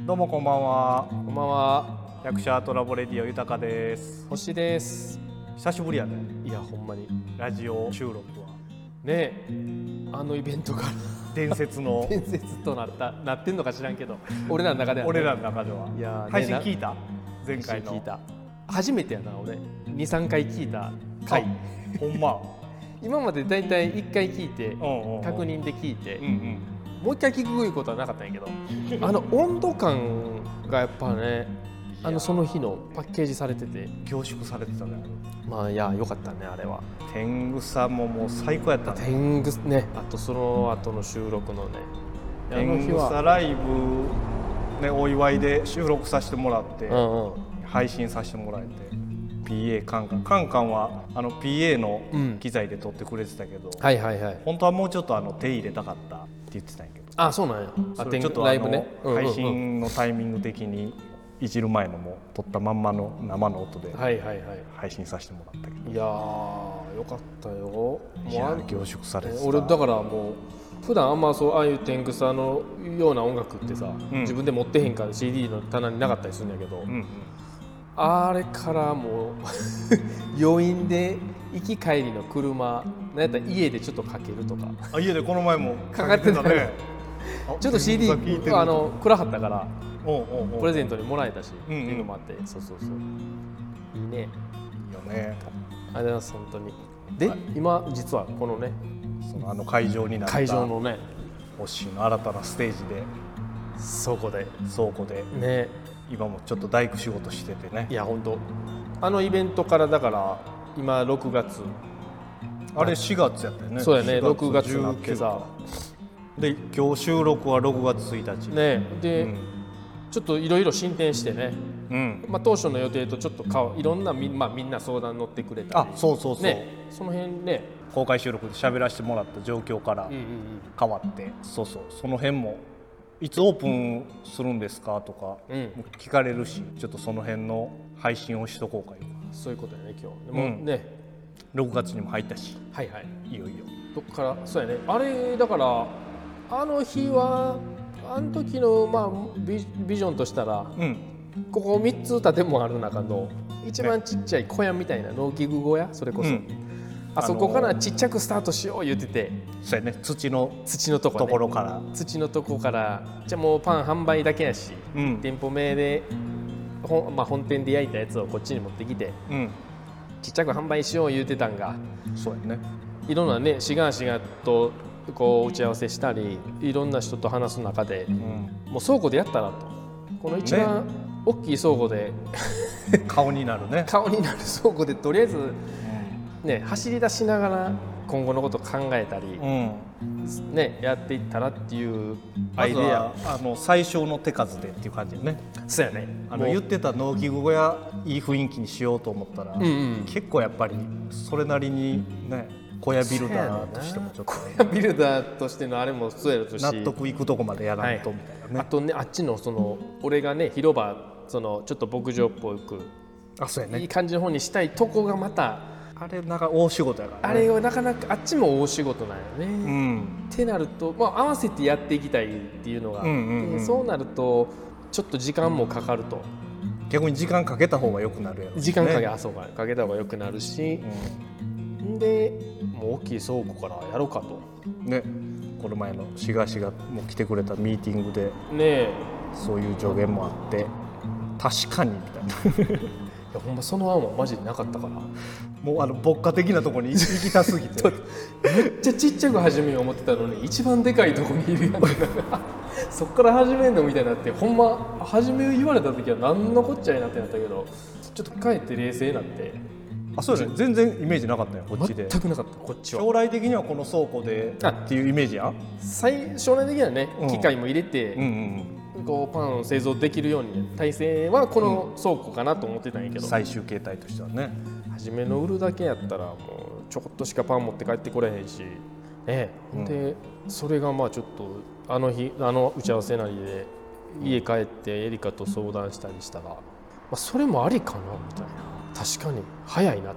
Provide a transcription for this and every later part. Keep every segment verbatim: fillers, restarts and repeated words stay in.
どうもこんばんは。 こんばんは。 役者トラボレディオ豊です。 星です。 久しぶりやね。 いやほんまにラジオ収録はねえ、あのイベントから伝説の伝説となったなってんのか知らんけど、俺らの中では、ね、 俺らの中では。 いや、ね、 配信聞いた？前回の聞いた。初めてやな俺。に、さんかい聞いた回。 ほんま。 今までだいたいいっかい聞いて、 うんうんうん、 確認で聞いて、 うんうん、 もういっかい聞くいうことはなかったんやけど、あの温度感がやっぱね、あのその日のパッケージされてて凝縮されてたね。 まあいや良かったねあれは。 天草ももう最高やったね。 天草ね、あとその後の収録のね、 天草ライブね、お祝いで収録させてもらって、うんうん、配信させてもらえて、ピーエー カンカンカンカンはあの ピーエー の機材で撮ってくれてたけど、うん、 はいはいはい、 本当はもうちょっとあの手入れたかったって言ってたんやけど、 あ、そうなんや。 それちょっとライブね、配信のタイミング的にいじる前のも撮ったまんまの生の音で配信させてもらったけど、 いやーよかったよ。もういや凝縮されてた。 俺だからもう普段あんまそうああいう天草のような音楽ってさ、うん、自分で持ってへんから シーディー の棚になかったりするんだけど、うんうん、あれからもう余韻で行き帰りの車、なんやったら家でちょっとかけるとか。 あ、家でこの前もかかってたね。ちょっと シーディー あの暗かったからおうおうおう、 プレゼントにもらえたし、 うんうん、 っていうのもあって、そうそうそう、いいね。いいよね。 ありがとうございます本当に。で、はい、今実はこのね、 そのあの会場になった会場のね、 オッシーの新たなステージで倉庫で倉庫でね、今もちょっと大工仕事しててね。 いや本当あのイベントからだから今ろくがつ、 あれしがつやったよね。 そうやね、ろくがつになってさ、 で今日収録はろくがつついたちねで、うん、ちょっといろいろ進展してね、うん、まあ、当初の予定とちょっとかいろんなみ、まあ、みんな相談乗ってくれたり、 あ、そうそうそう、 ね、その辺ね、 公開収録で喋らせてもらった状況から変わって、うんうんうん、そうそう、その辺もいつオープンするんですかとか聞かれるし、うん、ちょっとその辺の配信をしとこうかよ。 そういうことやね今日。でも、うん、ね、 ろくがつにも入ったし、 はいはい、 いよいよどっからそうやね。あれだからあの日はあの時の、まあ、ビ, ビジョンとしたら、うん、ここみっつ建物ある中の一番ちっちゃい小屋みたいな農機具小屋、それこそ、うん、あそこからちっちゃくスタートしよう言ってて、 そうやね、土の土のとこ、ね、 ところから土のとこからじゃあもうパン販売だけやし、うん、店舗名でほ、まあ、本店で焼いたやつをこっちに持ってきて、うん、ちっちゃく販売しよう言ってたんが、 そうやね、 いろんなねしがしがとこう打ち合わせしたりいろんな人と話す中で、うん、もう倉庫でやったらと、この一番大きい倉庫で、 ね、顔になるね顔になる倉庫でとりあえず、ね、走り出しながら今後のこと考えたり、うんね、やっていったらっていうアイデア、 ま、あの最小の手数でっていう感じよね。 そうやね、 あの言ってた農機具小屋いい雰囲気にしようと思ったら、うんうん、結構やっぱりそれなりにね、小屋ビルダーとしてもちょっと、 ね、小屋ビルダーとしてのあれもそうやるし、 納得いくとこまでやらないとみたいなね、 はい、あとね、あっちのその俺がね広場、そのちょっと牧場っぽく、 あ、そうやね、 いい感じの方にしたいとこがまたあれなんか大仕事やからね、あれはなかなかあっちも大仕事なんよね、うん、ってなると、まあ、合わせてやっていきたいっていうのが、うんうんうん、そうなるとちょっと時間もかかると、 逆に時間かけた方がよくなるやろ、ね、 時間かけ、あ、そうか、かけた方がよくなるし、うん、でもう大きい倉庫からやろうかとね、この前のしがしがも来てくれたミーティングで、 ね、 そういう助言もあって確かにみたいな、いやほんまその案はマジでなかったから、 もうあの牧歌的なところに行きたすぎてめっちゃちっちゃく初め思ってたのに一番でかいところにいるやんそっから始めんのみたいになって、ほんま初め言われた時は何のこっちゃいなってなったけど、ちょっと帰って冷静になって、 あ、そうですね、全然イメージなかったよこっちで。 全くなかった、こっちは。 将来的にはこの倉庫でっていうイメージやん。 最将来的にはね、機械も入れて、うんうんうん、こうパンを製造できるように、ね、体制はこの倉庫かなと思ってたんやけど、 最終形態としてはね、 初めの売るだけやったらもうちょこっとしかパン持って帰ってこれへんし、ね、うん、でそれがまあちょっとあの日あの打ち合わせなりで家帰ってエリカと相談したりしたら、まあ、それもありかなみたいな、確かに早いなと、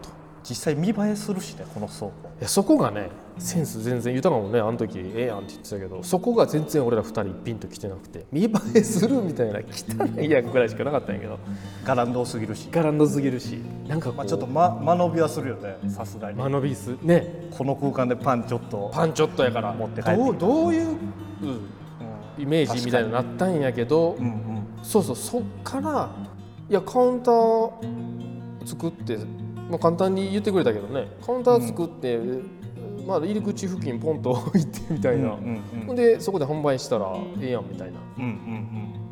実際見栄えするしねこの倉庫。いやそこがねセンス全然豊かもんねあの時ええやんって言ってたけどそこが全然俺らふたりピンときてなくて見栄えするみたいな汚いやんぐらいしかなかったんやけどガランドすぎるしガランドすぎるしなんかこう、 まあ、ちょっと、ま、間延びはするよねさすがに間延びすねこの空間でパンちょっとパンちょっとやから持って帰ってどうどういう、うん、イメージみたいになったんやけど、うんうん、そうそうそっからいやカウンター作って、まあ、簡単に言ってくれたけどねカウンター作って、うんまあ、入り口付近ポンと置いてみたいな、うんうんうん、でそこで販売したらええやんみたいな、うんうんうん、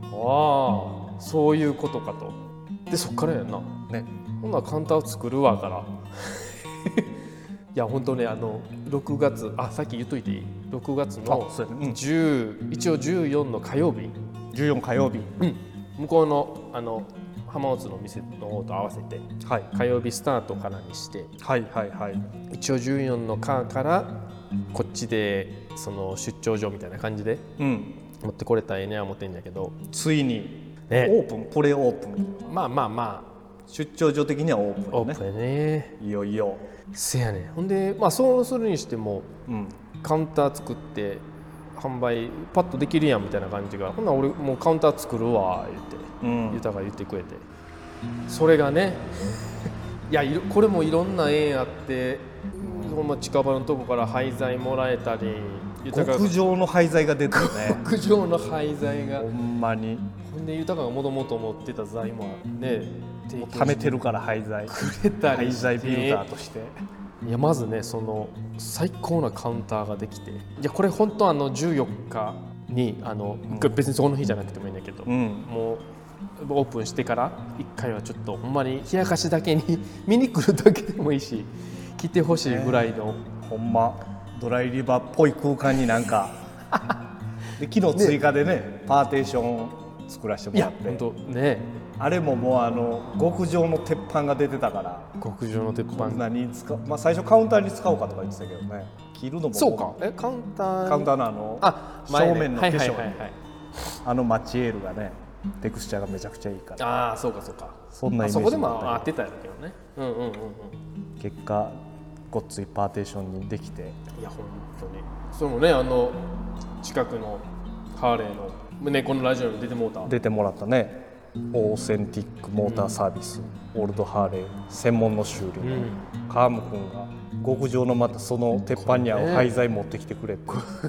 ああそういうことかとでそっからやんな、ね、ほんならカウンターを作るわからいや本当ねあのろくがつあさっき言っといていいろくがつのじゅう、うん、一応じゅうよっかの火曜日じゅうよっか火曜日、 うん、向こうのあの浜松の店の方と合わせて、はい、火曜日スタートからにして、はいはいはい、一応じゅうよっかのカーからこっちでその出張所みたいな感じで、うん、持ってこれたらええねは思ってんだけどついに、ね、オープンこれオープンまあまあまあ出張所的にはオープン、ね、 オープンやねいよいよせやねほんで、まあ、そうするにしても、うん、カウンター作って販売パッとできるやんみたいな感じがほんなら俺もうカウンター作るわ言って、うん、豊が言ってくれてそれがねいやこれもいろんな縁あって、うん、ほんま近場のとこから廃材もらえたり極上の廃材が出てるね極上の廃材がほんまにほんで豊がもともと持ってた材もね貯めてるから廃材くれたりして廃材ビルダーとしていやまずねその最高なカウンターができていやこれ本当あのじゅうよっかにあの、うん、別にその日じゃなくてもいいんだけど、うん、もうオープンしてからいっかいはちょっとほんまに冷やかしだけに見に来るだけでもいいし来てほしいぐらいの、 えー、ほんまドライリバーっぽい空間になんかで昨日追加でね、ね、パーテーション作らせてもらっていや本当ねあれももうあの極上の鉄板が出てたから極上の鉄板こんなに使う、まあ、最初カウンターに使おうかとか言ってたけどね切るのもそうかえカウンターカウンターのあのあ正面の化粧あのマチエールがねテクスチャーがめちゃくちゃいいからああそうかそうかそんなイメージそこでも合ってたんだけどねうんうんうんうん結果ごっついパーテーションにできていや本当にそれもねあの近くのハーレーの、ね、このラジオに出てもらった出てもらったねオーセンティックモーターサービス、うん、オールドハーレー専門の修理の、うん、川ム君が極上のまたその鉄板に合う廃材持ってきてくれて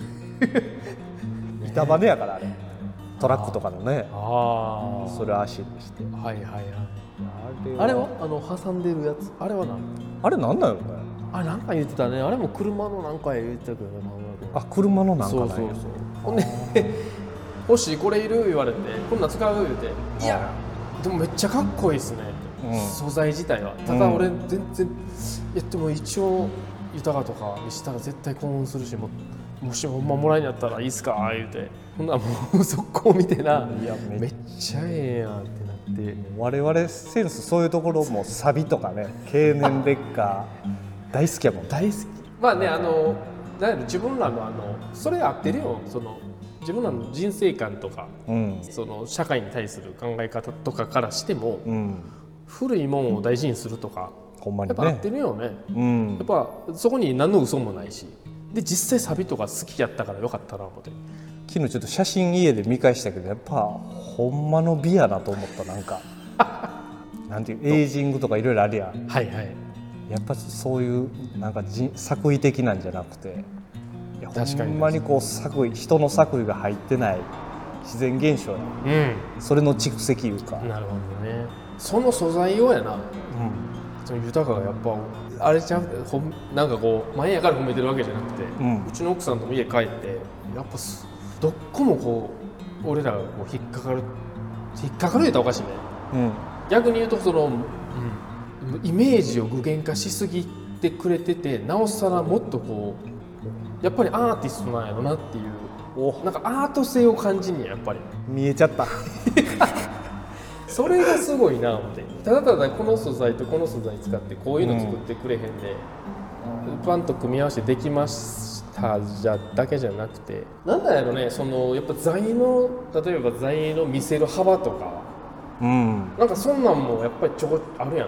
板バネやからあれトラックとかのねあそれ足にしてはいはいはいあれはあの挟んでるやつあれは何あれなんだよねあれなんか言ってたねあれも車のなんか言ってたけどねあ車のなんかないそうそうそうほんで欲しいこれいる言われてこんなん使う言うていやでもめっちゃかっこいいですね、うん、素材自体はただ俺全然、うん、いやでも一応豊とかにしたら絶対興奮するしももしほんまもらいにやったらいいっすか言うてほんならもう速攻見てないやめっちゃええやんってなって我々センスそういうところもサビとかね経年劣化大好きやもん大好きまあねあのなんやろ自分らのあのそれ合ってるよその自分らの人生観とか、うん、その社会に対する考え方とかからしても、うん、古いものを大事にするとか、ほんまにね、やっぱ合ってるよね、うん、やっぱそこに何の嘘もないしで実際サビとか好きやったからよかったな思って昨日ちょっと写真家で見返したけどやっぱほんまの美やなと思ったなんかなんていうエイジングとかいろいろあるやんはいはいやっぱそういうなんか作為的なんじゃなくていや確かにほんまにこう作為人の作為が入ってない自然現象や、うん、それの蓄積いうかなるほどねその素材をやな、うん、その豊がやっぱあれちゃうほなんかこう前やから褒めてるわけじゃなくて、うん、うちの奥さんとも家帰ってやっぱどっこもこう俺らがこう引っかかる引っかかる言うたらおかしいね、うん、逆に言うとその、うん、イメージを具現化しすぎてくれててなおさらもっとこうやっぱりアーティストなんやろなっていうおなんかアート性を感じにやっぱり見えちゃったそれがすごいなってただただこの素材とこの素材使ってこういうの作ってくれへんで、うん、パンと組み合わせてできましたじゃだけじゃなくてなんだろうねそのやっぱ材の例えば材の見せる幅とか、うん、なんかそんなんもやっぱりちょこあるやん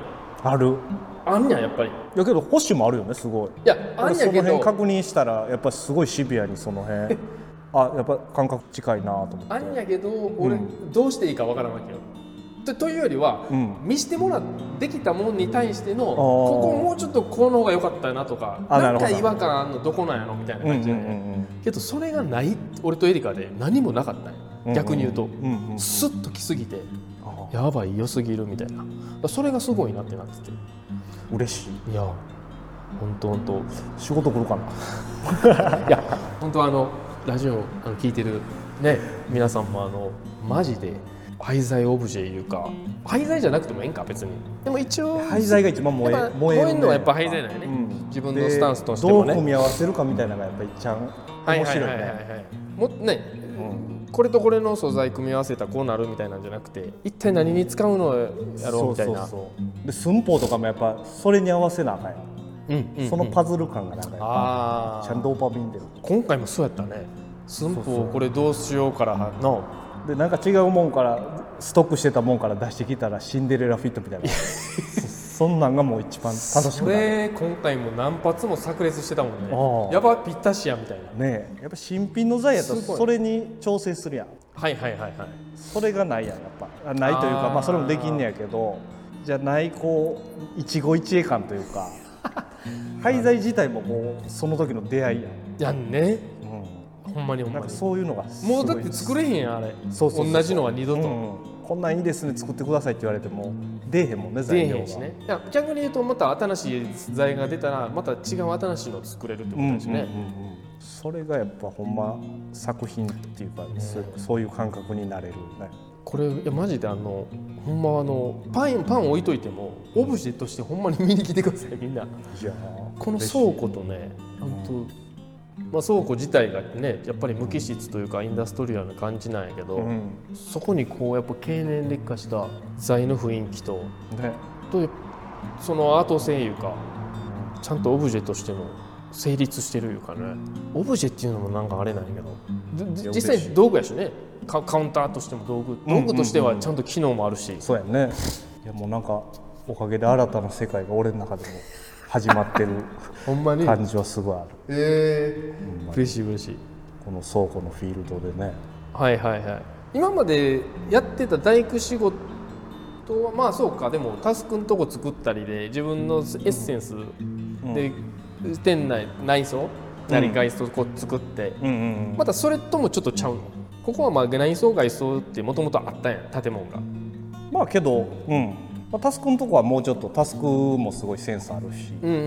あるあんにゃやっぱり。 だけど星もあるよねすごい。いやあんにゃけどその辺確認したらやっぱりすごいシビアにその辺あやっぱ感覚近いなと思って。 あんやけど俺、うん、どうしていいかわからんわけよ。と, というよりは、うん、見してもらってきたものに対してのここもうちょっとこの方が良かったよなとかなんか違和感あんのどこなんやろみたいな感じで、ねうんうんうん、けどそれがない俺とエリカで何もなかったんよ、うんうん、逆に言うと、うんうん、スッと来すぎてやばい良すぎるみたいなそれがすごいなってなってて嬉しい。 いや本当本当仕事来るかないや本当あのラジオあの聞いてるね皆さんもあのマジで廃材オブジェいうか廃材じゃなくてもええんか別にでも一応廃材が一番燃え燃えるのはやっぱ廃材だよね、うん、自分のスタンスとしてもねどう組み合わせるかみたいなのがやっぱり一番面白いね。 もね、うん、これとこれの素材組み合わせたらこうなるみたいなんじゃなくて一体何に使うのやろうみたいな。そうそうそうで寸法とかもやっぱそれに合わせなあかんや、うんうんうん、そのパズル感がなんかやっぱちゃんとドーパミン出る。 今回もそうやったね。寸法これどうしようからのでなんか違うもんからストックしてたもんから出してきたらシンデレラフィットみたいなそんなんがもう一番楽しくなる。 それ今回も何発も炸裂してたもんね。やばぴったしやみたいなね。やっぱ新品の材やとそれに調整するやん。 はいはいはいはい。 それがないやんやっぱないというかまあそれもできんねやけどじゃないこう一期一会感というか廃材自体ももうその時の出会いやん。 やんね。ほんまにほんまにそういうのがもうだって作れへんやんあれ。そうそうそう同じのは二度と、うん、 こんなんいいですね作ってくださいって言われても出えへんもんね材料が。出えへんしね。 いや逆に言うとまた新しい材が出たらまた違う新しいのを作れるってことですね、うんうんうんうん、 それがやっぱほんま作品っていうか、ね、そういう感覚になれるね。 これいやマジであのほんまあのパンパン置いといてもオブジェとしてほんまに見に来てくださいみんな。いやこの倉庫とね本当、うんまあ、倉庫自体がねやっぱり無機質というかインダストリアルな感じなんやけど、うん、そこにこうやっぱ経年劣化した材の雰囲気と、ね、とそのアート性いうかちゃんとオブジェとしての成立してるいうかね。オブジェっていうのもなんかあれなんやけど実際道具やしね。カウンターとしても道具道具としてはちゃんと機能もあるし、うんうんうん、 そうやね。いやもうなんかおかげで新たな世界が俺の中でも始まってるほんまに感じはすごいある。 えー、嬉しい嬉しい。 この倉庫のフィールドでね。 はいはいはい。今までやってた大工仕事はまあそうかでもタスクのとこ作ったりで自分のエッセンスで、うん、店内内装なり外装こう作って、うんうんうん、またそれともちょっとちゃうの。ここはまあ内装外装ってもともとあったんや建物が。 まあけどうんまあ、タスクのとこはもうちょっとタスクもすごいセンスあるし、うんうん、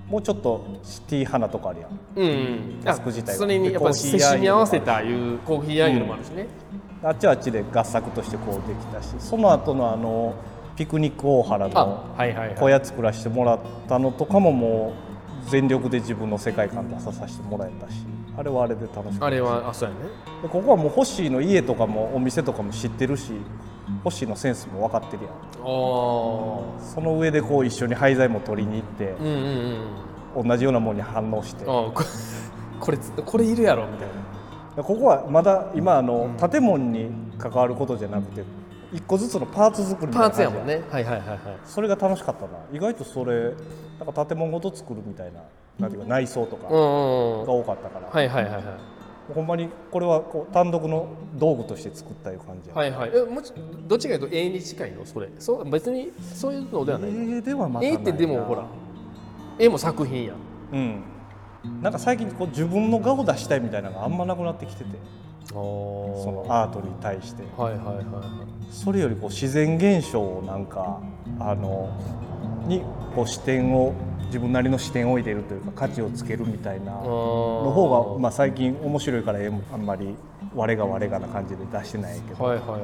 もうちょっとシティ派なとこあるやん、うんうん、タスク自体がそれにやっぱ接しに合わせたいうコーヒーアイルもあるしね、 うん、あっちはあっちで合作としてこうできたしその後のあのピクニック大原の小屋作らせてもらったのとかももう全力で自分の世界観出させてもらえたしあれはあれで楽しかったし。 あれはあそうやね。 でここはもうホッシーの家とかもお店とかも知ってるしホッシーのセンスも分かってるやん。その上でこう一緒に廃材も取りに行って、うんうんうん、同じようなものに反応してこれこれいるやろみたいな。ここはまだ今あの、うん、建物に関わることじゃなくて一個ずつのパーツ作りみたいな感じパーツやもんね。はいはいはいはい。 それが楽しかったな。意外とそれなんか建物ごと作るみたいな、なんていうか内装とかが多かったから、 はいはいはいはい。 ほんまにこれはこう単独の道具として作ったいう感じや。 はいはい。えもちどっちかというと絵に近いのそれ。そう別にそういうのではない。 絵ではまたないな。 絵ってでもほら絵も作品や。 うん。なんか最近こう自分の画を出したいみたいなのがあんまなくなってきてて。そのアートに対して、はいはいはいはい、それよりこう自然現象をなんかあのにこう視点を自分なりの視点を入れるというか価値をつけるみたいなの方が、まあ、最近面白いから絵もあんまり我が我がな感じで出してないけど、はいはいはい、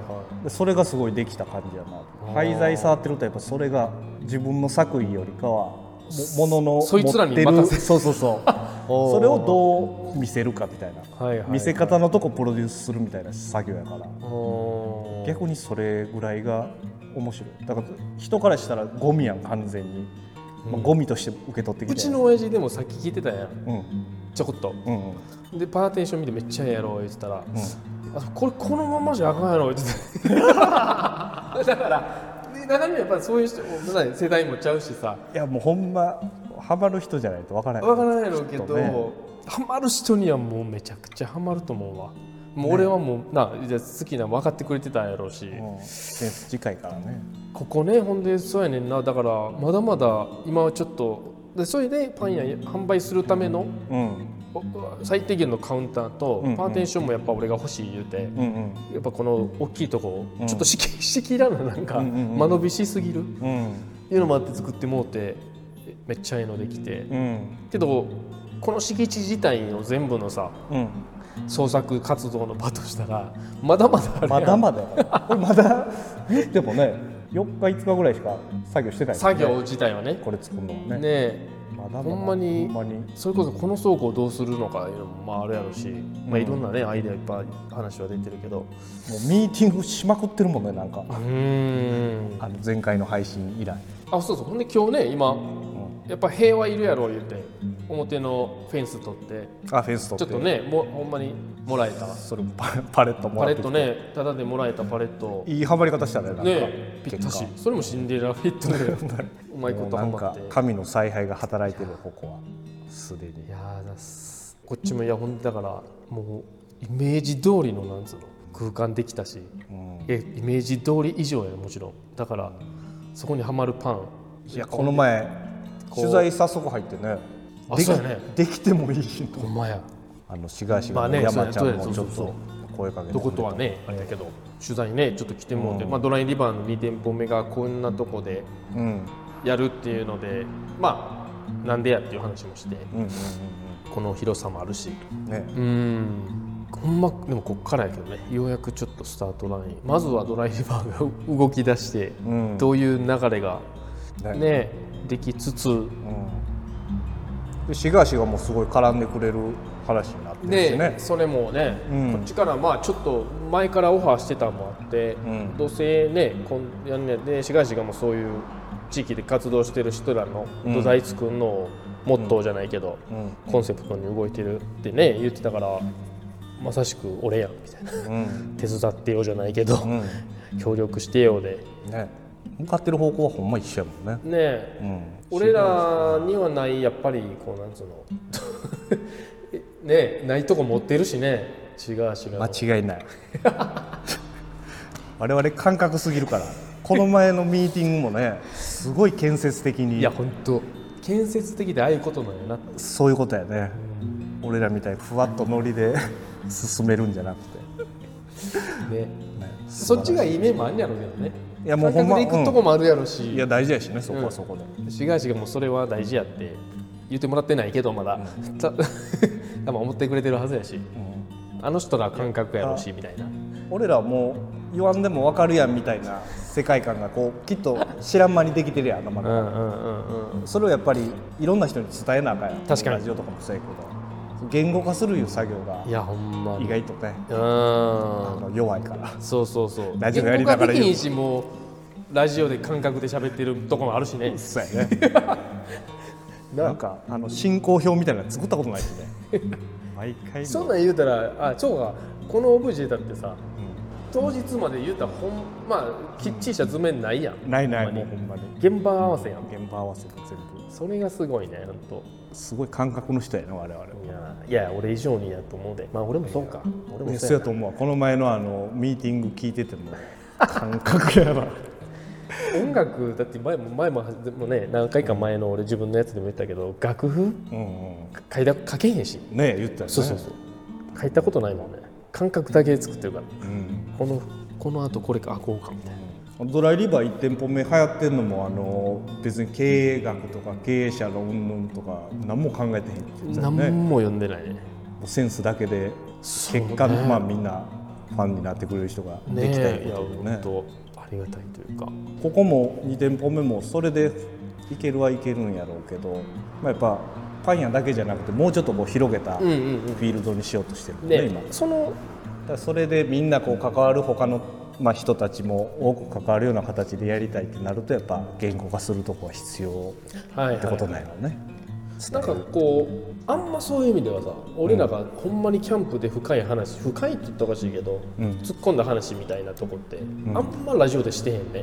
でそれがすごいできた感じやな。廃材触ってるとやっぱそれが自分の作為よりかはもののそいつらに任せそうそうそうそれをどう見せるかみたいな、はいはいはい、見せ方のとこプロデュースするみたいな作業やから逆にそれぐらいが面白い。だから人からしたらゴミやん完全に、うんまあ、ゴミとして受け取ってきて。 うちの親父でもさっき聞いてたやん、うん、ちょこっと、うんうん、でパーテーション見てめっちゃええやろ言ってたら、うん、あこれこのままじゃあかんやろ言ってただから中にはやっぱりそういう人世代もちゃうしさ、 いやもうほんまハマる人じゃないと分からない分からないやろうけど、ね、ハマる人にはもうめちゃくちゃハマると思うわ。もう俺はもうな好きなの分かってくれてたんやろうし、うん、 センス近いからねここね。ほんでそうやねんな。だからまだまだ今はちょっとでそれでパン屋販売するための、うん、最低限のカウンターとパーテーションもやっぱ俺が欲しい言うて、うんうん、やっぱこの大きいとこ、うん、ちょっと敷きらななんか間延びしすぎる、うん、いうのもあって作ってもうてめっちゃええのできて、うん、けどこの敷地自体の全部のさ、うん、創作活動の場としたらまだまだあるやん。 まだまだこれまだ言ってもねよっかいつかぐらいしか作業してない、ね、 作業自体はねこれ作るのはね。 ねまだまだほんまに、ほんまにそれこそこの倉庫をどうするのかいうのもまああるやろし、うん、まあいろんなねアイデアいっぱい話は出てるけど、もうミーティングしまくってるもんねなんか。うーんあの前回の配信以来。 あそうそう。ほんで今日ね今、うん、やっぱ平和いるやろ言って表のフェンス取ってあフェンス取ってちょっとねもほんまにもらえたそれパレットもらってきてパレットねただでもらえたパレットいいハマり方したねなんかねぴったし。それもシンデレラフィットでうまいことハマってなんか神の采配が働いてるここはすでに。 いやだこっちもいやほんだからもうイメージ通りのなんつうの空間できたし、うん、えイメージ通り以上やねもちろん。だからそこにはまるパン。 いやこの前取材早速入ってねでき、ね、 できてもいいしほんまやあの志賀氏が山ちゃんもちょっと声かけてどことはねあれだけど取材ねちょっと来てもらって、うんまあ、ドライリバーのに店舗目がこんなとこでやるっていうので、うん、まあなんでやっていう話もして、うんうんうん、この広さもあるし、ね、うんほんまでもこっからやけどねようやくちょっとスタートラインまずはドライリバーが動き出して、うん、どういう流れがね、ねできつつ、うん志賀氏がもうすごい絡んでくれる話になってるしね。 でそれもね、うん、こっちからまあちょっと前からオファーしてたのもあって、うん、どうせねこんやんねで志賀氏がもうそういう地域で活動してる人らの土台作るのをモットーじゃないけど、うん、コンセプトに動いてるってね言ってたからまさしく俺やんみたいな、うん、手伝ってよじゃないけど、うん、協力してよで、ね、 向かってる方向はほんま一緒やもんね。 ねえ、うん、俺らにはないやっぱりこうなんつうのねないとこ持ってるしね。違う違う間違いない我々感覚すぎるからこの前のミーティングもねすごい建設的に。 いや本当建設的でああいうことなんやな。 そういうことやね、うん、俺らみたいにふわっとノリで進めるんじゃなくてね、ね、 そっちがいい面もあるんやろうけどね。 いやもうほんま感覚で行くとこもあるやろし、 うん、いや大事やしねそこはそこで、 うん、志賀氏がもうそれは大事やって言ってもらってないけどまだ、うん、多分思ってくれてるはずやし、うん、あの人ら感覚やろうしみたいな。 俺らもう言わんでも分かるやんみたいな世界観がこうきっと知らん間にできてるやん頭の中で。それをやっぱりいろんな人に伝えなあかんやん。 確かにラジオとかもそうやけど言語化するいう作業がいやほんま意外とねあの弱いから。 そうそうそうラジオやりながら言語化できんしもうラジオで感覚で喋ってるとこもあるしね。 そうやねなんかあの進行表みたいなの作ったことないしね毎回そんなん言うたらあ超がこのオブジェだってさ、うん、当日まで言うたらほんまあきっちりした図面ないやん、 うん、ないないもうほんまに現場合わせやん。 現場合わせで全部それがすごいねほんとすごい感覚の人やな我々。いやいや俺以上にやと思うで。まあ俺もそうか。 俺もそうやと思う。この前のあのミーティング聞いてても感覚やな音楽だって前も前もね何回か前の俺自分のやつでも言ったけど楽譜、うんうん、書いた書けへんしね言ったよね。 そうそうそう書いたことないもんね。感覚だけで作ってるから、うん、このこの後これかあこうかみたいな。 ドライリバーいち店舗目流行ってるのもあの別に経営学とか経営者の云々とか何も考えてへん、ね、 何も読んでないね。 センスだけで結果、ね、まあみんなファンになってくれる人ができたりとかね。ねありがたいというかここもに店舗目もそれでいけるはいけるんやろうけど、まあ、やっぱパン屋だけじゃなくてもうちょっとこう広げたフィールドにしようとしてるんで、ね、今そのだそれでみんなこう関わる他のまあ人たちも多く関わるような形でやりたいってなるとやっぱ言語化するとこは必要ってことなんやろうね、はいはいはい、 なんかこうあんまそういう意味ではさ俺らがほんまにキャンプで深い話深いって言ったらおかしいけど、うん、突っ込んだ話みたいなとこって、うん、あんまラジオでしてへんね。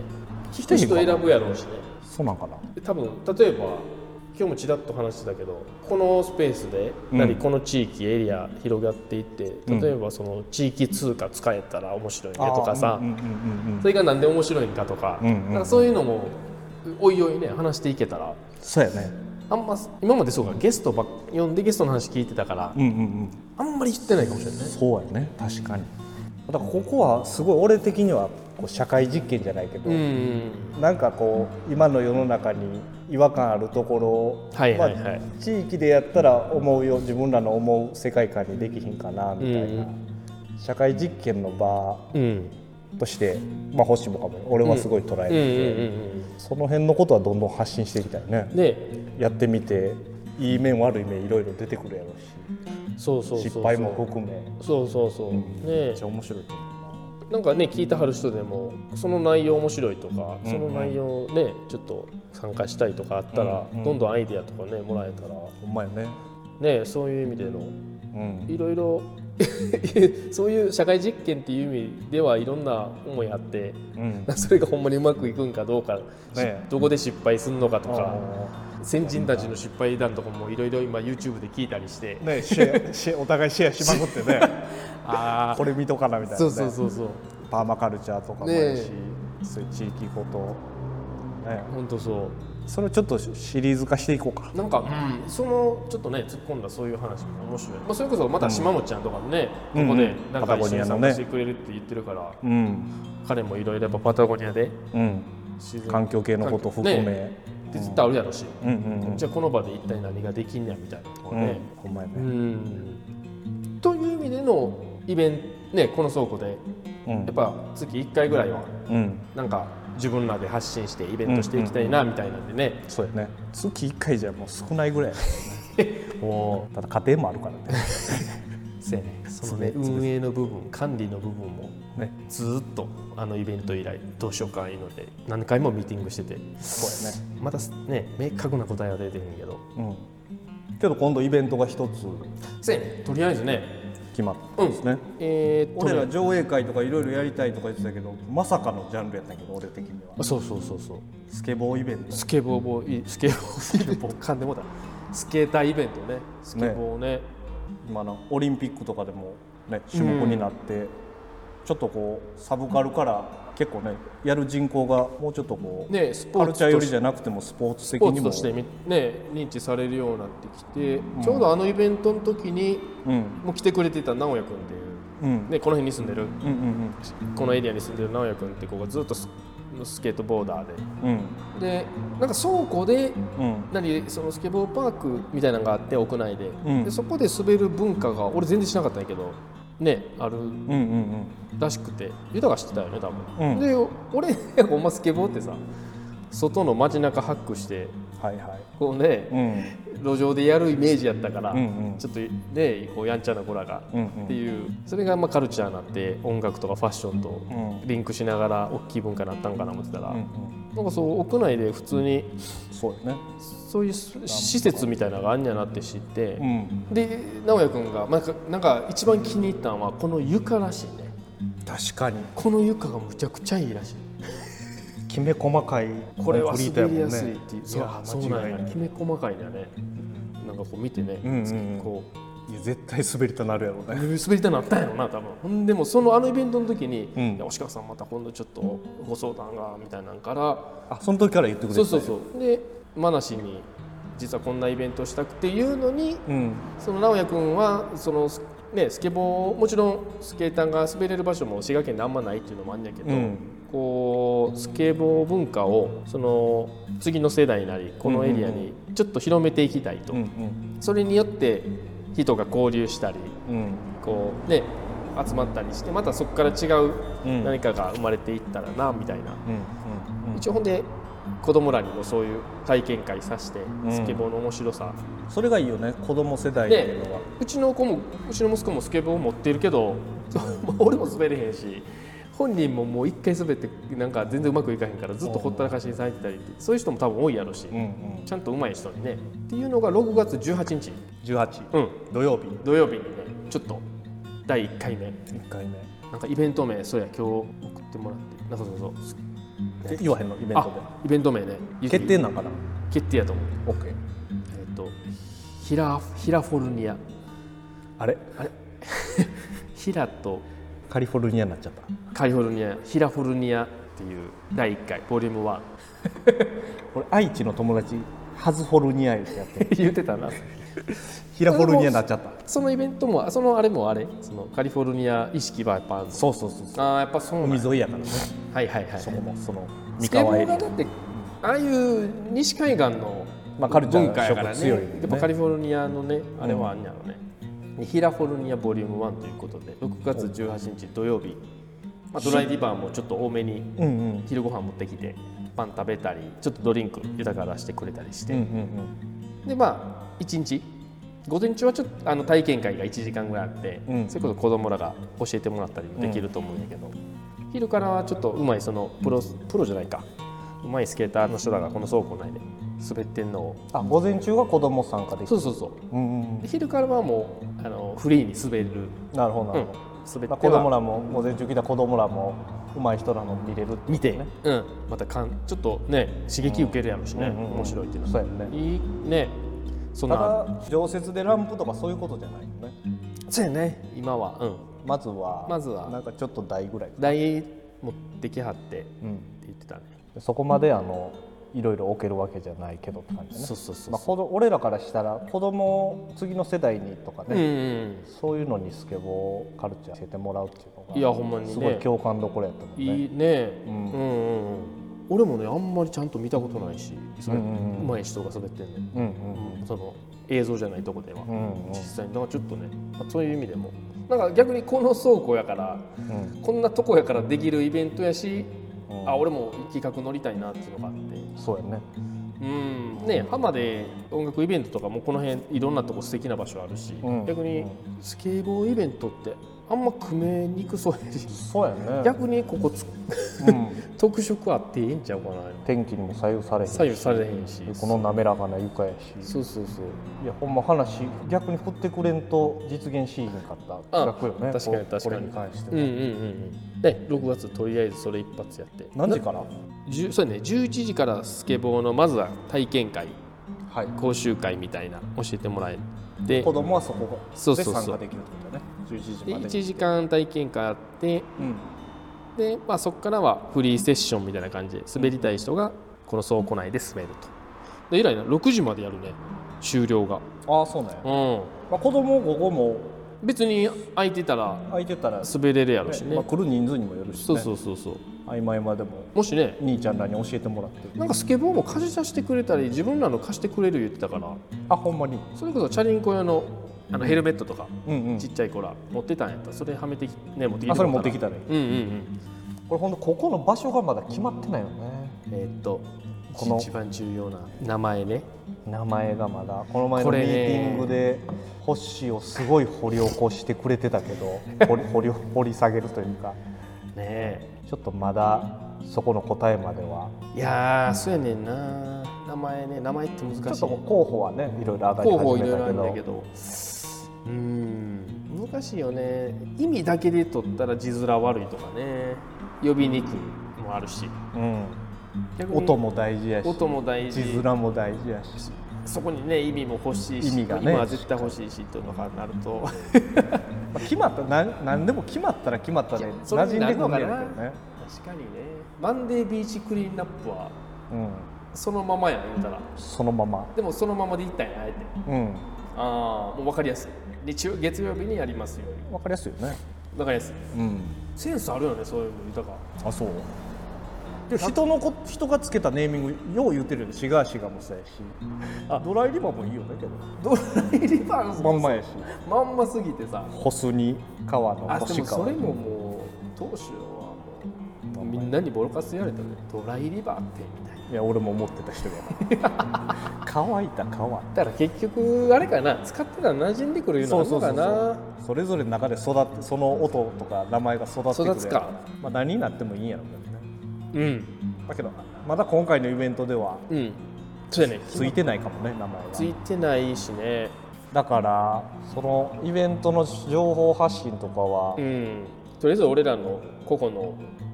聞く人選ぶやろうしね。 そうなんかな。 多分例えば今日もちらっと話してたけど、このスペースで何、うん、この地域エリア広がっていって、例えばその地域通貨使えたら面白いねとかさ、それがなんで面白いんかとか、うんうんうん、なんかそういうのもおいおいね話していけたら。 そうやね。 あんま今までそうかゲストば呼んでゲストの話聞いてたから、うんうんうん、あんまり言ってないかもしれないね。 そうやね、確かに。だからここはすごい俺的にはこう社会実験じゃないけど、うんうん、なんかこう今の世の中に違和感あるところを、はいはいはいまあ、地域でやったら思うよ自分らの思う世界観にできひんかなみたいな、うん、社会実験の場として、うんまあ、星もかも俺はすごい捉えてて、その辺のことはどんどん発信していきたいね。でやってみていい面悪い面いろいろ出てくるやろうし、そうそうそうそう失敗も含めそうそうそう、うん、ねめっちゃ面白いと思う。 なんかね聞いてはる人でもその内容面白いとか、うんうん、その内容ねちょっと参加したいとかあったら、うんうん、どんどんアイディアとかねもらえたらほんまやね。 ねそういう意味での、うん、いろいろそういう社会実験っていう意味ではいろんな思いあって、うん、それがほんまにうまくいくんかどうか、ね、どこで失敗するのかとか先人たちの失敗談とかもいろいろ今 YouTube で聞いたりして、 ね、シェアシェお互いシェアしまくってねあこれ見とかなみたいな、ね、 そうそうそうそうパーマカルチャーとかもあるし、ね、そういう地域ごと、 ね、本当そうそれをちょっとシリーズ化していこうか。 なんか、うん、そのちょっとね突っ込んだそういう話も面白い、まあ、それこそまた島本ちゃんとかもね、うん、ここでなんか一緒に参加してくれるって言ってるから、うん、彼もいろいろやっぱパタゴニアで、うん、 環境系のことを含め、 ね、絶対あるやろし、うんうんうん、じゃあこの場で一体何ができんねやみたいなところね、 うん、ほんまやね、うん、 という意味でのイベントねこの倉庫で、うん、やっぱ月いっかいぐらいは、うん、なんか自分らで発信してイベントしていきたいなみたいなんでね、うんうん、そうやね月いっかいじゃもう少ないぐらいやねもうただ家庭もあるからねそうやねそのね運営の部分管理の部分も、ね、ずっとあのイベント以来どうしようかいうので何回もミーティングしててそうやねまたね明確な答えは出てへんけど、うん、 けど今度イベントが一つそうやねとりあえずね決まったんですね、うんえー、俺ら上映会とかいろいろやりたいとか言ってたけどまさかのジャンルやったけど俺的にはそうそうそうそうスケボーイベントスケボーボースケボーイベント噛んでもだスケーターイベントねスケボーね今のオリンピックとかでも、ね、種目になって、うん、ちょっとこうサブカルから結構ねやる人口がもうちょっとこう、ね、スポーツカルチャー寄りじゃなくてもスポーツ的にもスポーツとして、ね、認知されるようになってきて、うん、ちょうどあのイベントの時に、うん、もう来てくれていた直哉君っていう、うんね、この辺に住んでる、うんうんうん、このエリアに住んでる直哉君って子がずっとスケートボーダーで、うん、でなんか倉庫で、うん、何そのスケボーパークみたいなのがあって屋内 で,、うん、でそこで滑る文化が俺全然知らなかったんやけどね、あるらしくて、豊が知ってたよね多分、うん、で俺やっぱほんまスケボーってさ外の街中ハックして、はいはい、こうね、うん、路上でやるイメージやったから、うんうん、ちょっとねこうやんちゃな子らが、うんうん、っていうそれがまあカルチャーになって音楽とかファッションとリンクしながら大きい文化になったんかなと思ってたら、うんうん、なんかそう屋内で普通にそうよねそういう施設みたいなのがあんやなって知って、うん、で直哉君が、まあ、なんか一番気に入ったのはこの床らしいね。 確かにこの床がむちゃくちゃいいらしいきめ細かいこれは滑りやすいっていう、ね、いやそうなんやきめ細かいんだね、うん、なんかこう見てね、うんうん、こういや絶対滑りたなるやろうね滑りたなったんやろな多分ほんでもそのあのイベントの時に、うん、いや押川さんまた今度ちょっとご相談がみたいなんからあその時から言ってくれてたそうそうそうでマナシに実はこんなイベントをしたくていうのに、うん、その直哉君はその、ね、スケボーもちろんスケーターが滑れる場所も滋賀県であんまないっていうのもあるんだけど、うん、こうスケボー文化をその次の世代なりこのエリアにちょっと広めていきたいと、うんうん、それによって人が交流したり、うん、こうね集まったりしてまたそこから違う何かが生まれていったらなみたいな、うんうんうん、一応ほんで子供らにもそういう体験会させてスケボーの面白さ、 うん、それがいいよね子供世代っていうのはうちの子もうちの息子もスケボーを持ってるけど俺も滑れへんし本人ももう一回滑ってなんか全然うまくいかへんからずっとほったらかしにされてたりってそういう人も多分多いやろし、うんうん、ちゃんと上手い人にねっていうのがろくがつじゅうはちにちじゅうはち、うん、土曜日土曜日にねちょっとだいいっかいめいっかいめなんかイベント名そうや今日送ってもらってなんかそうそう言わへんのイベントで。 イベント名ね。 決定なんかな。 決定やと思う。 オッケー。 えっとヒラヒラフォルニア。 あれあれヒラとカリフォルニアになっちゃった。 カリフォルニアヒラフォルニアっていうだいいっかいボリュームワン。 俺愛知の友達ハズフォルニアってやって言ってたな。 ヒラフォルニアになっちゃった。 そのイベントもそのあれもあれそのカリフォルニア意識はやっぱあるの。 そうそうそうそう。 ああやっぱそうなん海沿いやからね。 はいはいはい。 そこもその三河エリアだってああいう西海岸の文化やからね。やっぱカリフォルニアのねあれはあんやろね。ヒラフォルニアボリュームワンということでろくがつじゅうはちにち土曜日、まあ、ドライリバーもちょっと多めに昼ご飯持ってきてパン食べたりちょっとドリンク豊からしてくれたりして、でまあいちにち午前中はちょっとあの体験会がいちじかんぐらいあって、うん、それこそ子供らが教えてもらったりもできると思うんだけど、うん、昼からはちょっとうまいそのプロプロじゃないかうまいスケーターの人らがこの倉庫内で滑ってんのをあ午前中は子供参加できる。 そうそうそう、うんうん、で昼からはもうあのフリーに滑る。 なるほどなるほど、うん、滑っては子供らも午前中来た子供らもうまい人らの見れるって、ね、 見て、うん、またかんちょっとね刺激受けるやろしね、うんうんうん、面白いっていうのはそうやね。 いいね。そんなただ常設でランプとかそういうことじゃないよね。 そうやね今は、うん、 まずはまずはなんかちょっと台ぐらい台持ってきはって、うん、って言ってたね。 そこまであのいろいろ置けるわけじゃないけどって感じね。 そうそうそう、 まあ、俺らからしたら子供次の世代にとかね、うんうん、そういうのにスケボーカルチャー教えてもらうっていうのがいやほんまに、ね、 すごい共感どころやったもんね。 いいね、うんうんうんうん、俺もねあんまりちゃんと見たことないし、それ、うんうんうん、上手い人が滑ってんね、うんうんうん、その映像じゃないとこでは、うんうん、実際になんかちょっとね、まあ、そういう意味でもなんか逆にこの倉庫やから、うん、こんなとこやからできるイベントやし、うん、あ俺も企画乗りたいなっていうのがあって。 そうやね。 うんね、浜で音楽イベントとかもこの辺いろんなとこ素敵な場所あるし、うん、逆にスケボーイベントってあんま組めにくそうやし、 そうやね。 逆にここつ、うん、特色あっていいんちゃうかな。 天気にも左右されへんし、 左右されへんし、 この滑らかな床やし、 そうそうそう。 いやほんま話逆に振ってくれんと実現しへんかった企画よね。 確かに確かに。 これに関しては。 うんうんうんうん。でろくがつとりあえずそれ一発やって。 何時から？ そうね、じゅういちじからスケボーのまずは体験会、はい、講習会みたいな教えてもらえて、 子供はそこで参加できるってことね。じゅういちじまでいちじかん体験会あって、うん、で、まあ、そこからはフリーセッションみたいな感じで滑りたい人がこの倉庫内で滑ると。で以来なろくじまでやるね終了が。 ああそうね、うん、まあ、子供午後も別に空いてたら空いてたら滑れるやろしね、 ね、まあ、来る人数にもよるしね。 そうそうそうそう。 合間合間でももしね兄ちゃんらに教えてもらってなんかスケボーも貸し出してくれたり自分らの貸してくれる言ってたから。 あほんまに。 それこそチャリンコ用のあのヘルメットとか、うんうん、ちっちゃい子ら持ってたんやったらそれはめてき、ね、持ってきてもらったらあそれ持ってきたらいい、 うんうんうん、 これほんとここの場所がまだ決まってないよね。 えー、っとこの一番重要な名前ね。 名前がまだこの前のミーティングでホッシーをすごい掘り起こしてくれてたけど掘り掘り掘り下げるというかね、ちょっとまだそこの答えまでは。 いやーそうやねんな。名前ね名前って難しい。 ちょっと候補はねいろいろ上がり始めたけど、候補いろいろあるんだけどうーん難しいよね。意味だけで取ったら字面悪いとかね呼びにくいもあるし、うん、 音も大事やし音も大事字面も大事やしそこにね意味も欲しいし意味が、ね、 今は絶対欲しいしというのがなるとまあ決まった何何でも決まったら決まったで馴染んでくるんだけどね。確かにね。マンデービーチクリーンナップは、うん、そのままやね言うたらそのままでもそのままでいったんやあえて、うん、ああもう分かりやすい。日曜月曜日にやりますよ。 分かりやすいよね。 分かりやすい、うん、センスあるよねそういうの豊か。 あそうで人のこ人がつけたネーミングよう言ってるよね。シガーシガーもそうやしあドライリバーもいいよねけどドライリバーまんまやしまんますぎてさホスに川の星川。それももう当初はもうみんなにボロカス言われたねドライリバーってみたいな。 いや俺も思ってた人が乾いた川だから結局あれかな使ってたら馴染んでくるいうのあるのかな。 それぞれの中で育ってその音とか名前が育ってくる育つか、 まあ、何になってもいいんやろうけどね。うん、だけどまだ今回のイベントでは、うん、そうやね、ついてないかもね名前がついてないしね。 だからそのイベントの情報発信とかは、うん、 とりあえず俺らの個々の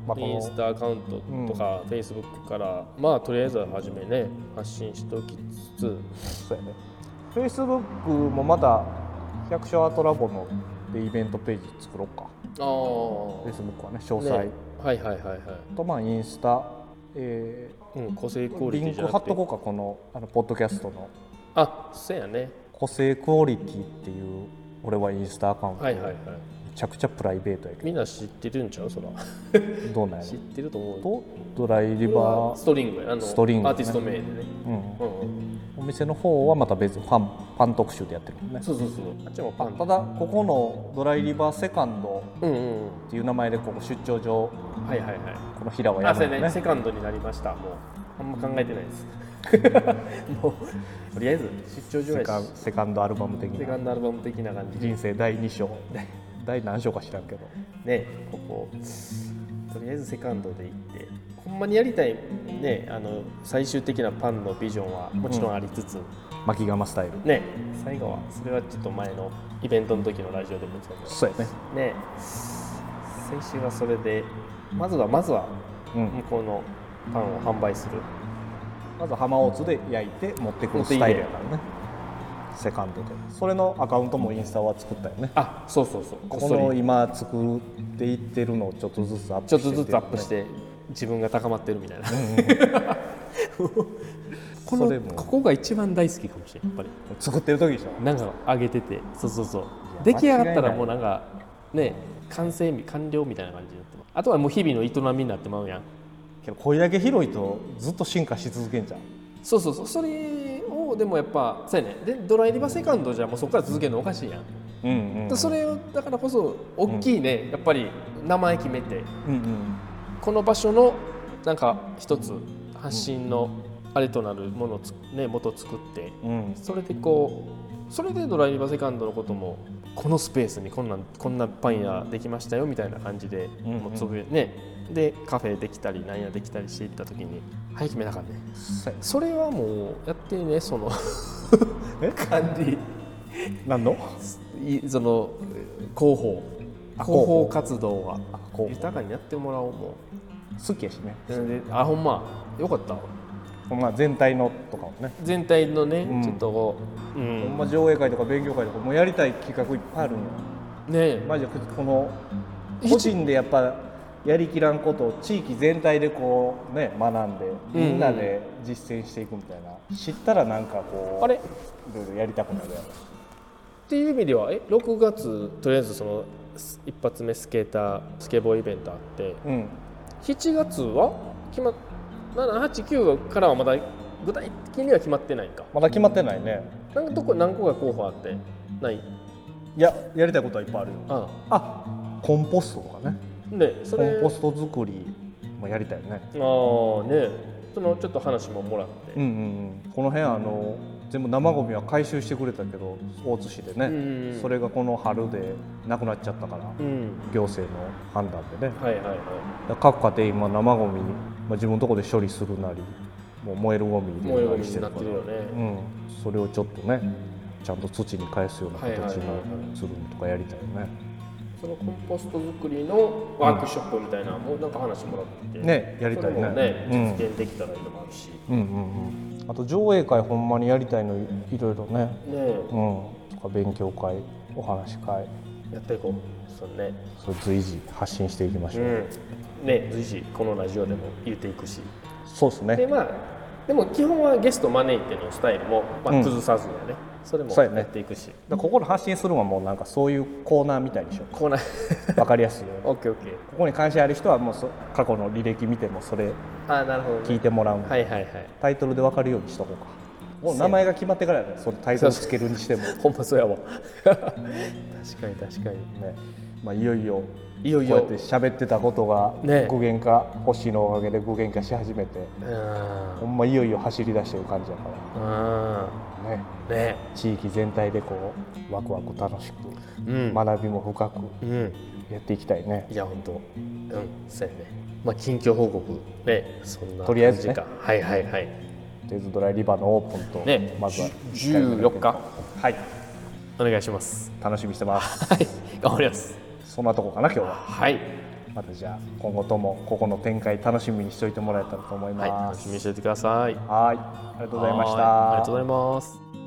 まあ、インスタアカウントとか、うん、フェイスブックからまあとりあえずは初めね発信しておきつつ、 そうやね。フェイスブックもまだ百姓アートラボのでイベントページ作ろうか。ああ。フェイスブックはね詳細。ね、 はいはいはいはい。 とまあインスタ、えー、うん個性クオリティじゃなくてリンク貼っとこうかこのあのポッドキャストの。 あ、そうやね。 個性クオリティっていう俺はインスタアカウント。 はいはいはい。 めちゃくちゃプライベートやけどみんな知ってるんちゃうそらどうなんやろ知ってると思うとドライリバーストリングやあのストリング、ね、 アーティスト名でね、 うんうんうん、お店の方はまた別にパンパン特集でやってるもんね。 そうそうそうあっちもパンただここのドライリバーセカンドっていう名前でここ出張所、 はいはいはい、 この平はやるのね。 ねセカンドになりました。もうあんま考えてないですもうとりあえず出張所やしセカンドアルバム的なセカンドアルバム的な感じ人生だいに章第何章か知らんけどね、こことりあえずセカンドで行ってほんまにやりたいね、あの最終的なパンのビジョンはもちろんありつつ、うん、 巻き釜スタイルね、最後はそれはちょっと前のイベントの時のラジオでも言ってたけどそうやねね、先週はそれでまずはまずは向こうのパンを販売する、 うん、まず浜大津で焼いて持ってくるスタイルやからねセカンドでそれのアカウントもインスタは作ったよね。 あ、そうそうそう。 この今作っていってるのをちょっとずつアップして、ね、 ちょっとずつアップして自分が高まってるみたいな、うんうん、このここが一番大好きかもしれない。やっぱり作ってる時でしょ。 なんか上げててそうそうそう出来上がったらもうなんかね完成完了みたいな感じになってます。あとはもう日々の営みになってまうやん。 けどこれだけ広いとずっと進化し続けんじゃん。 そうそうそうそれをでもやっぱそうやねでドライリバーセカンドじゃもうそこから続けるのおかしいやん、うんうんうん、それをだからこそ大きいね、うん、やっぱり名前決めて、うんうん、この場所のなんか一つ発信のあれとなるものをつ、ね、元作って、うん、それでこうそれでドライリバーセカンドのこともこのスペースにこんなんこんなパン屋できましたよみたいな感じで、うんうん、もうつぶねでカフェできたりなんやできたりしていった時にはい決めなかったね。それはもうやってねその感じ何のその広報広報活動は豊かにやってもらおう。もう好きやしね。 であほんまよかった。 ほんま全体のとかもね全体のね、うん、ちょっとこう、うん、ほんま上映会とか勉強会とかもうやりたい企画いっぱいあるのよね。マジでこの個人でやっぱやりきらんことを地域全体でこうね学んでみんなで実践していくみたいな、うん、知ったらなんかこうあれいろいろやりたくなるやろっていう意味ではえろくがつとりあえずその一発目スケータースケボーイベントあって、うん、しちがつは決まっななはちきゅうからはまだ具体的には決まってないか。 まだ決まってないね。 なんかどこ何個か候補あってない。いややりたいことはいっぱいあるよ。ああ、あコンポストとかね。でそれコンポスト作りもやりたいよね。ああね、そのちょっと話ももらって、うんうんうん、この辺あの全部生ゴミは回収してくれたけど大津市でね、うんうん、それがこの春でなくなっちゃったから、うん、行政の判断でね、はいはいはい、各家庭今生ゴミ、まあ、自分のところで処理するなりもう燃えるゴミ入れるなりしてるから、ねうん、それをちょっとねちゃんと土に返すような形にするとかやりたいよね。 そのコンポスト作りのワークショップみたいなのもなんか話もらってて、 ね、やりたいね。 ね、実現できたらいいのもあるし、うんうんうん、 あと上映会ほんまにやりたいのいろいろね、ね、うん、とか勉強会、お話会やっていこう。そうね。 それ随時発信していきましょう。 うん、ね、随時このラジオでも言っていくし、 そうですね。 でまあでも基本はゲスト招いてのスタイルもまあ崩さずやね。うんそれもやっていくし、ね、 だここの発信するのはもうなんかそういうコーナーみたいにしよう。 コーナー分かりやすいようにオッケーオッケー。 ここに関心ある人はもうそ過去の履歴見てもそれ聞いてもらうので、 はいはいはい、タイトルで分かるようにしとこうか。もう名前が決まってからやねそのタイトルつけるにしてもほんまそうやわ確かに確かにね。まあ、いよいよいよいよこうやって喋ってたことが具現化、ね、星のおかげで具現化し始めて、ほんまいよいよ走り出してる感じやから、ねね、地域全体でこうワクワク楽しく、うん、学びも深くやっていきたいね。 いや本当、うん、そうやね。まあ近況報告ね、そんなとりあえずね、 はいはいはい。 とりあえずドライリバーのオープンと、 ね、まずはじゅうよっか、はい、お願いします。 楽しみにしてます。 はい、頑張ります。 そんなとこかな今日は。 はい。 またじゃあ今後ともここの展開楽しみにしておいてもらえたらと思います。 はい、楽しみにしておいてください。 はい、ありがとうございました。 ありがとうございます。